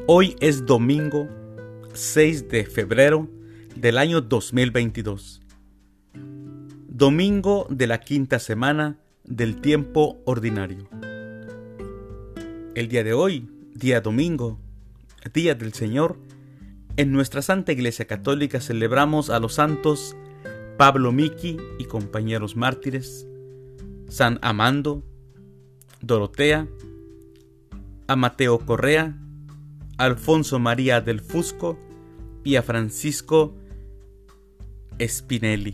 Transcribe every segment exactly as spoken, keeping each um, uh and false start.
Hoy es domingo seis de febrero del año dos mil veintidós. Domingo de la quinta semana del tiempo ordinario. El día de hoy, día domingo, día del Señor, en nuestra Santa Iglesia Católica celebramos a los santos Pablo Miki y compañeros mártires, San Amando, Dorotea, a Mateo Correa, Alfonso María del Fusco y a Francisco Spinelli.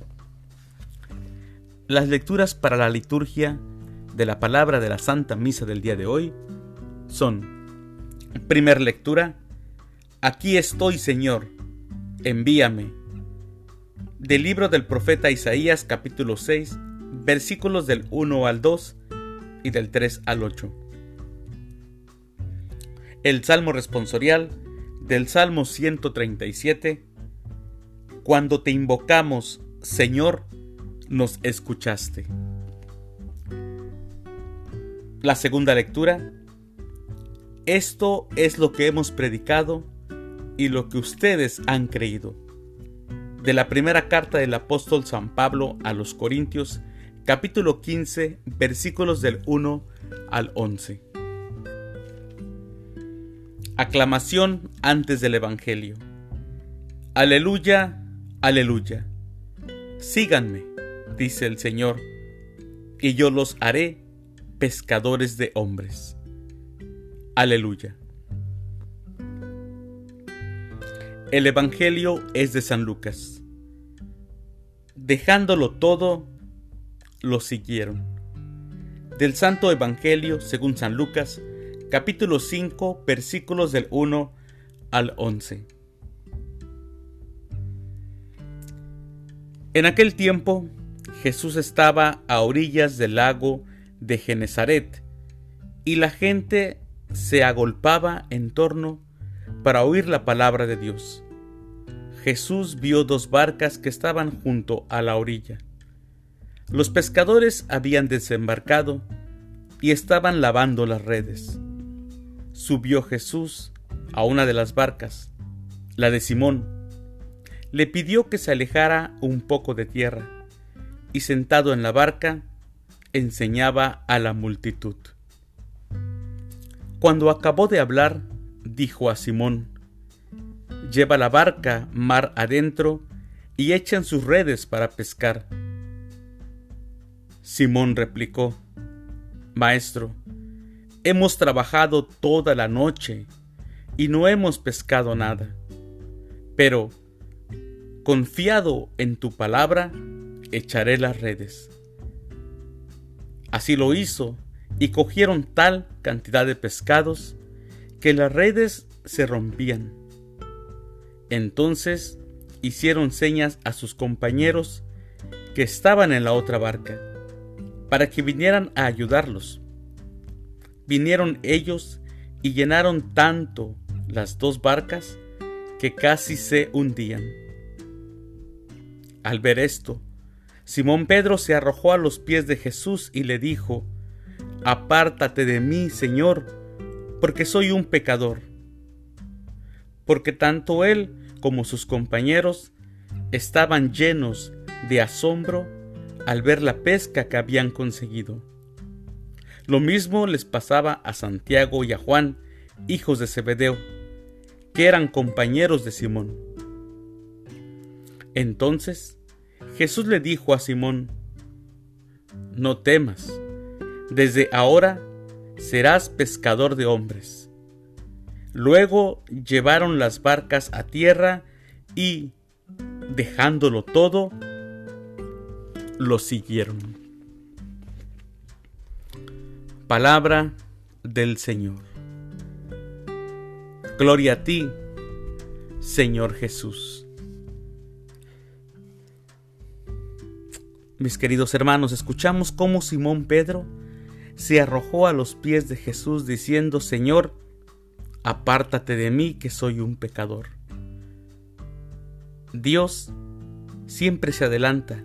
Las lecturas para la liturgia de la palabra de la Santa Misa del día de hoy son: primer lectura, Aquí estoy, Señor, envíame, del libro del profeta Isaías, capítulo seis, versículos del uno al dos y del tres al ocho. El Salmo responsorial del Salmo ciento treinta y siete. Cuando te invocamos, Señor, nos escuchaste. La segunda lectura. Esto es lo que hemos predicado y lo que ustedes han creído. De la primera carta del apóstol San Pablo a los Corintios, capítulo quince, versículos del uno al once. Aclamación antes del Evangelio. Aleluya, aleluya. Síganme, dice el Señor, y yo los haré pescadores de hombres. Aleluya. El Evangelio es de San Lucas. Dejándolo todo, lo siguieron. Del Santo Evangelio según San Lucas, capítulo cinco, versículos del uno al once. En aquel tiempo, Jesús estaba a orillas del lago de Genesaret, y la gente se agolpaba en torno para oír la palabra de Dios. Jesús vio dos barcas que estaban junto a la orilla. Los pescadores habían desembarcado y estaban lavando las redes. Subió Jesús a una de las barcas, la de Simón. Le pidió que se alejara un poco de tierra, y sentado en la barca, enseñaba a la multitud. Cuando acabó de hablar, dijo a Simón: «Lleva la barca mar adentro y echen sus redes para pescar». Simón replicó: «Maestro, hemos trabajado toda la noche y no hemos pescado nada, pero, confiado en tu palabra, echaré las redes». Así lo hizo, y cogieron tal cantidad de pescados que las redes se rompían. Entonces hicieron señas a sus compañeros que estaban en la otra barca, para que vinieran a ayudarlos. Vinieron ellos y llenaron tanto las dos barcas que casi se hundían. Al ver esto, Simón Pedro se arrojó a los pies de Jesús y le dijo: «Apártate de mí, Señor, porque soy un pecador». Porque tanto él como sus compañeros estaban llenos de asombro al ver la pesca que habían conseguido. Lo mismo les pasaba a Santiago y a Juan, hijos de Zebedeo, que eran compañeros de Simón. Entonces Jesús le dijo a Simón: «No temas, desde ahora serás pescador de hombres». Luego llevaron las barcas a tierra y, dejándolo todo, lo siguieron. Palabra del Señor. Gloria a ti, Señor Jesús. Mis queridos hermanos, escuchamos cómo Simón Pedro se arrojó a los pies de Jesús diciendo: «Señor, apártate de mí, que soy un pecador». Dios siempre se adelanta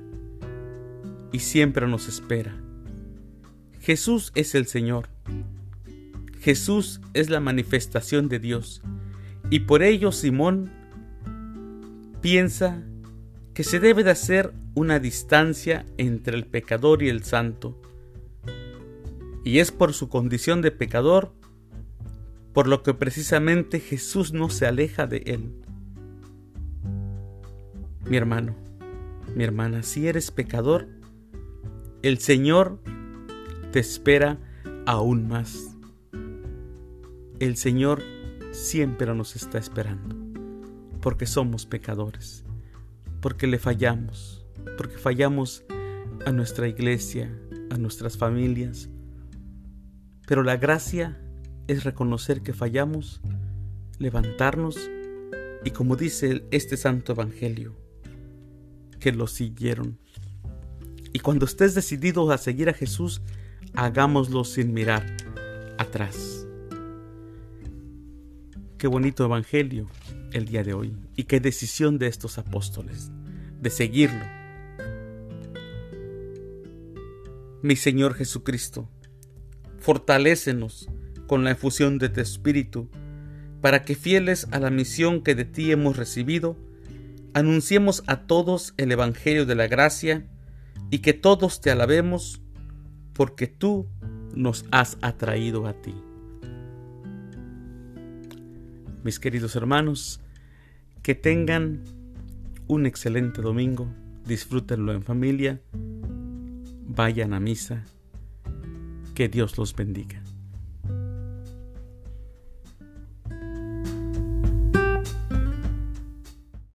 y siempre nos espera. Jesús es el Señor. Jesús es la manifestación de Dios, y por ello Simón piensa que se debe de hacer una distancia entre el pecador y el santo, y es por su condición de pecador por lo que precisamente Jesús no se aleja de él. Mi hermano, mi hermana, si eres pecador, el Señor te espera aún más. El Señor siempre nos está esperando, porque somos pecadores, porque le fallamos, porque fallamos a nuestra iglesia, a nuestras familias. Pero la gracia es reconocer que fallamos, levantarnos y, como dice este santo evangelio, que lo siguieron. Y cuando estés decidido a seguir a Jesús, hagámoslo sin mirar atrás. Qué bonito evangelio el día de hoy, y qué decisión de estos apóstoles de seguirlo. Mi Señor Jesucristo, fortalécenos con la efusión de tu Espíritu, para que, fieles a la misión que de ti hemos recibido, anunciemos a todos el Evangelio de la gracia, y que todos te alabemos, porque tú nos has atraído a ti. Mis queridos hermanos, que tengan un excelente domingo, disfrútenlo en familia, vayan a misa, que Dios los bendiga.